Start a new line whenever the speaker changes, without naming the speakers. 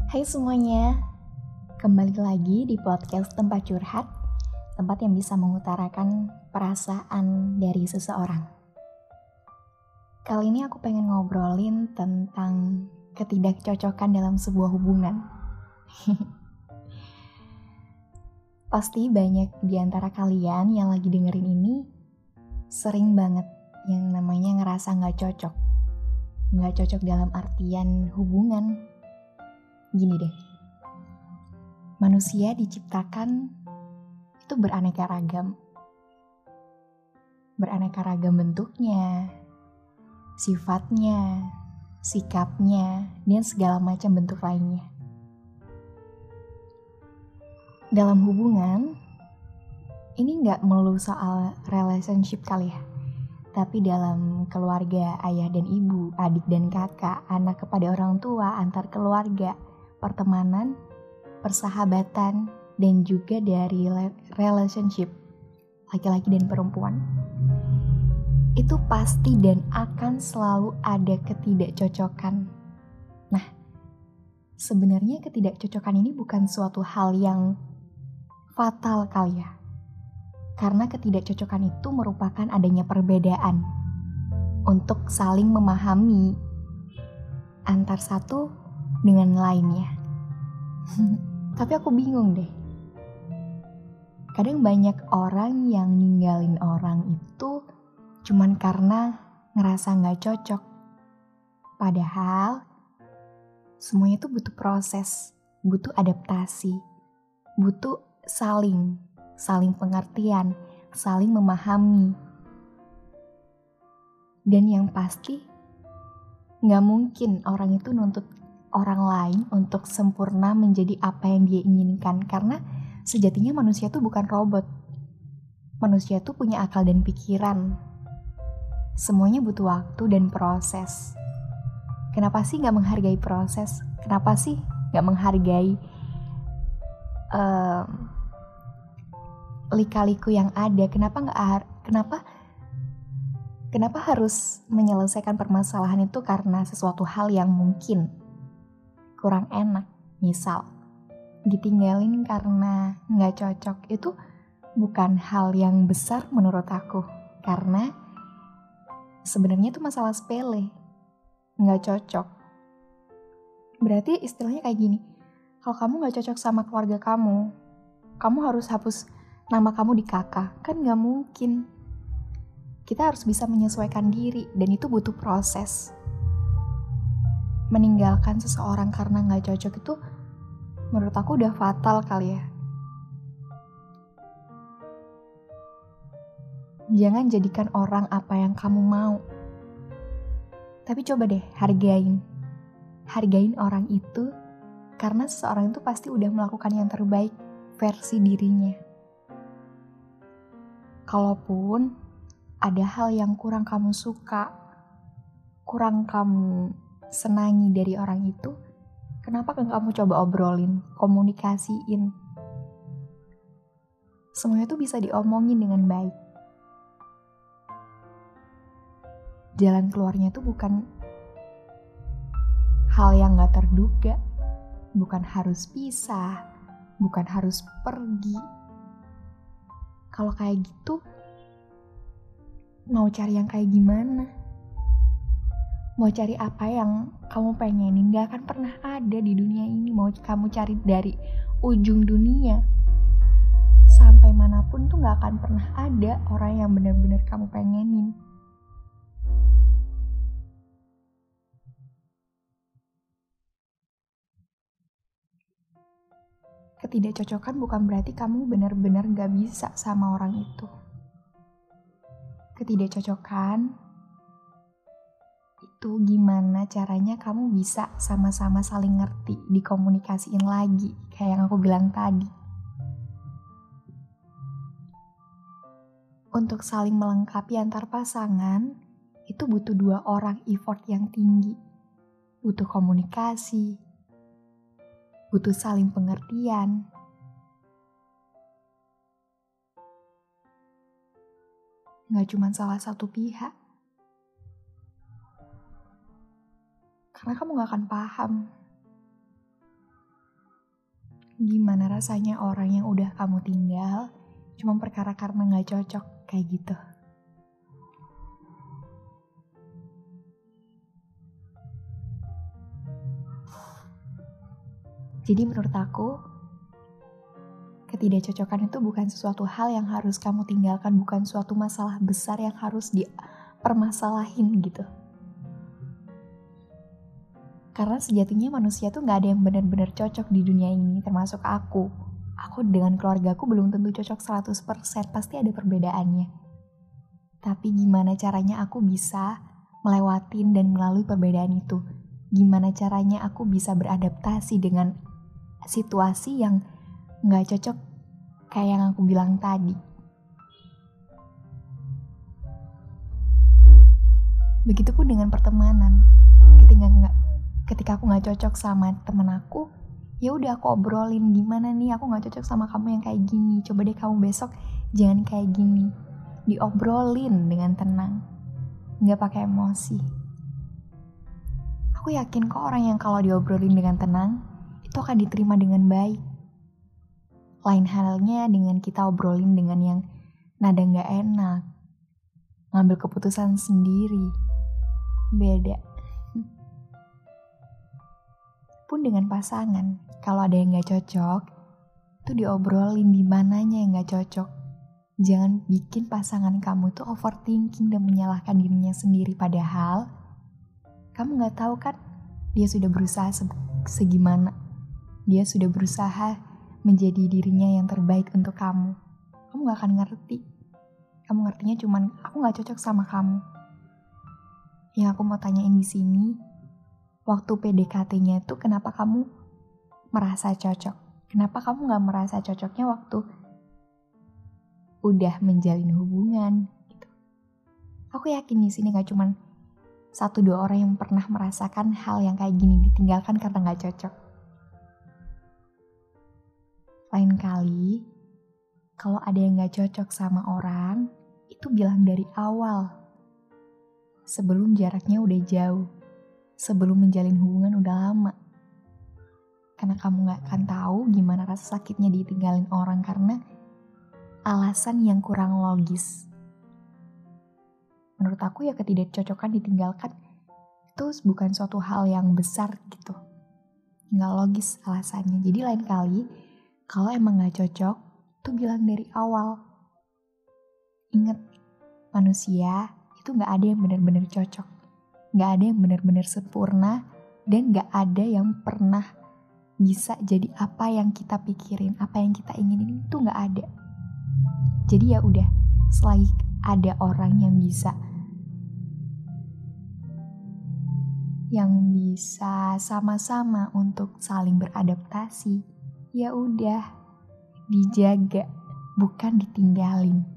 Hai semuanya, kembali lagi di podcast Tempat Curhat, tempat yang bisa mengutarakan perasaan dari seseorang. Kali ini aku pengen ngobrolin tentang ketidakcocokan dalam sebuah hubungan. Pasti banyak di antara kalian yang lagi dengerin ini sering banget yang namanya ngerasa gak cocok. Gak cocok dalam artian hubungan. Gini deh, manusia diciptakan itu beraneka ragam. Beraneka ragam bentuknya, sifatnya, sikapnya, dan segala macam bentuk lainnya. Dalam hubungan, ini gak melulu soal relationship kali ya, tapi dalam keluarga, ayah dan ibu, adik dan kakak, anak kepada orang tua, antar keluarga, pertemanan, persahabatan, dan juga dari relationship laki-laki dan perempuan. Itu pasti dan akan selalu ada ketidakcocokan. Nah, sebenarnya ketidakcocokan ini bukan suatu hal yang fatal kali ya. Karena ketidakcocokan itu merupakan adanya perbedaan untuk saling memahami antar satu dengan lainnya. Tapi aku bingung deh. Kadang banyak orang yang ninggalin orang itu cuman karena ngerasa gak cocok. Padahal semuanya itu butuh proses, butuh adaptasi, butuh saling pengertian, saling memahami. Dan yang pasti gak mungkin orang itu nuntut orang lain untuk sempurna menjadi apa yang dia inginkan. Karena sejatinya manusia itu bukan robot. Manusia itu punya akal dan pikiran. Semuanya butuh waktu dan proses. Kenapa sih gak menghargai proses? Kenapa sih gak menghargai lika-liku yang ada? Kenapa harus menyelesaikan permasalahan itu karena sesuatu hal yang mungkin kurang enak? Misal ditinggalin karena gak cocok, itu bukan hal yang besar menurut aku. Karena sebenarnya itu masalah sepele, gak cocok. Berarti istilahnya kayak gini, kalau kamu gak cocok sama keluarga kamu harus hapus nama kamu di kakak. Kan gak mungkin. Kita harus bisa menyesuaikan diri, dan itu butuh proses. Meninggalkan seseorang karena gak cocok itu menurut aku udah fatal kali ya. Jangan jadikan orang apa yang kamu mau. Tapi coba deh hargain orang itu, karena seseorang itu pasti udah melakukan yang terbaik versi dirinya. Kalaupun ada hal yang kurang kamu suka, kurang kamu senangi dari orang itu, kenapa kan kamu coba obrolin, komunikasiin? Semuanya tuh bisa diomongin dengan baik. Jalan keluarnya tuh bukan hal yang gak terduga, bukan harus pisah, bukan harus pergi. Kalau kayak gitu, mau cari yang kayak gimana? Mau cari apa yang kamu pengenin? Gak akan pernah ada di dunia ini. Mau kamu cari dari ujung dunia sampai manapun tuh gak akan pernah ada orang yang benar-benar kamu pengenin. Ketidakcocokan bukan berarti kamu benar-benar gak bisa sama orang itu. Ketidakcocokan itu gimana caranya kamu bisa sama-sama saling ngerti, dikomunikasiin lagi, kayak yang aku bilang tadi. Untuk saling melengkapi antar pasangan, itu butuh 2 orang effort yang tinggi. Butuh komunikasi, butuh saling pengertian. Gak cuma salah satu pihak. Karena kamu gak akan paham Gimana rasanya orang yang udah kamu tinggal cuma perkara karena gak cocok kayak gitu. Jadi menurut aku, ketidakcocokan itu bukan sesuatu hal yang harus kamu tinggalkan, bukan suatu masalah besar yang harus dipermasalahin gitu. Karena sejatinya manusia tuh gak ada yang benar-benar cocok di dunia ini, termasuk aku. Aku dengan keluargaku belum tentu cocok 100%, pasti ada perbedaannya. Tapi gimana caranya aku bisa melewatin dan melalui perbedaan itu? Gimana caranya aku bisa beradaptasi dengan situasi yang gak cocok kayak yang aku bilang tadi. Begitupun dengan pertemanan. Ketika aku gak cocok sama temen aku, ya udah aku obrolin, gimana nih aku gak cocok sama kamu yang kayak gini, coba deh kamu besok jangan kayak gini. Diobrolin dengan tenang, gak pakai emosi. Aku yakin kok orang yang kalau diobrolin dengan tenang itu akan diterima dengan baik. Lain halnya dengan kita obrolin dengan yang nada gak enak, ngambil keputusan sendiri, beda. Pun dengan pasangan, kalau ada yang gak cocok, itu diobrolin di mananya yang gak cocok. Jangan bikin pasangan kamu tuh overthinking dan menyalahkan dirinya sendiri, padahal kamu gak tahu kan dia sudah berusaha segimana. Dia sudah berusaha menjadi dirinya yang terbaik untuk kamu. Kamu gak akan ngerti. Kamu ngertinya cuman aku gak cocok sama kamu. Yang aku mau tanyain di sini, waktu PDKT-nya itu kenapa kamu merasa cocok? Kenapa kamu gak merasa cocoknya waktu udah menjalin hubungan? Gitu. Aku yakin di sini gak cuman 1-2 orang yang pernah merasakan hal yang kayak gini, ditinggalkan karena gak cocok. Lain kali, kalau ada yang gak cocok sama orang, itu bilang dari awal. Sebelum jaraknya udah jauh. Sebelum menjalin hubungan udah lama. Karena kamu gak akan tahu gimana rasa sakitnya ditinggalin orang karena alasan yang kurang logis. Menurut aku ya ketidakcocokan ditinggalkan itu bukan suatu hal yang besar gitu. Gak logis alasannya. Jadi lain kali kalau emang gak cocok itu bilang dari awal. Ingat, manusia itu gak ada yang benar-benar cocok. Gak ada yang benar-benar sempurna dan gak ada yang pernah bisa jadi apa yang kita pikirin, apa yang kita inginin itu gak ada. Jadi ya udah, selagi ada orang yang bisa sama-sama untuk saling beradaptasi, ya udah dijaga, bukan ditinggalin.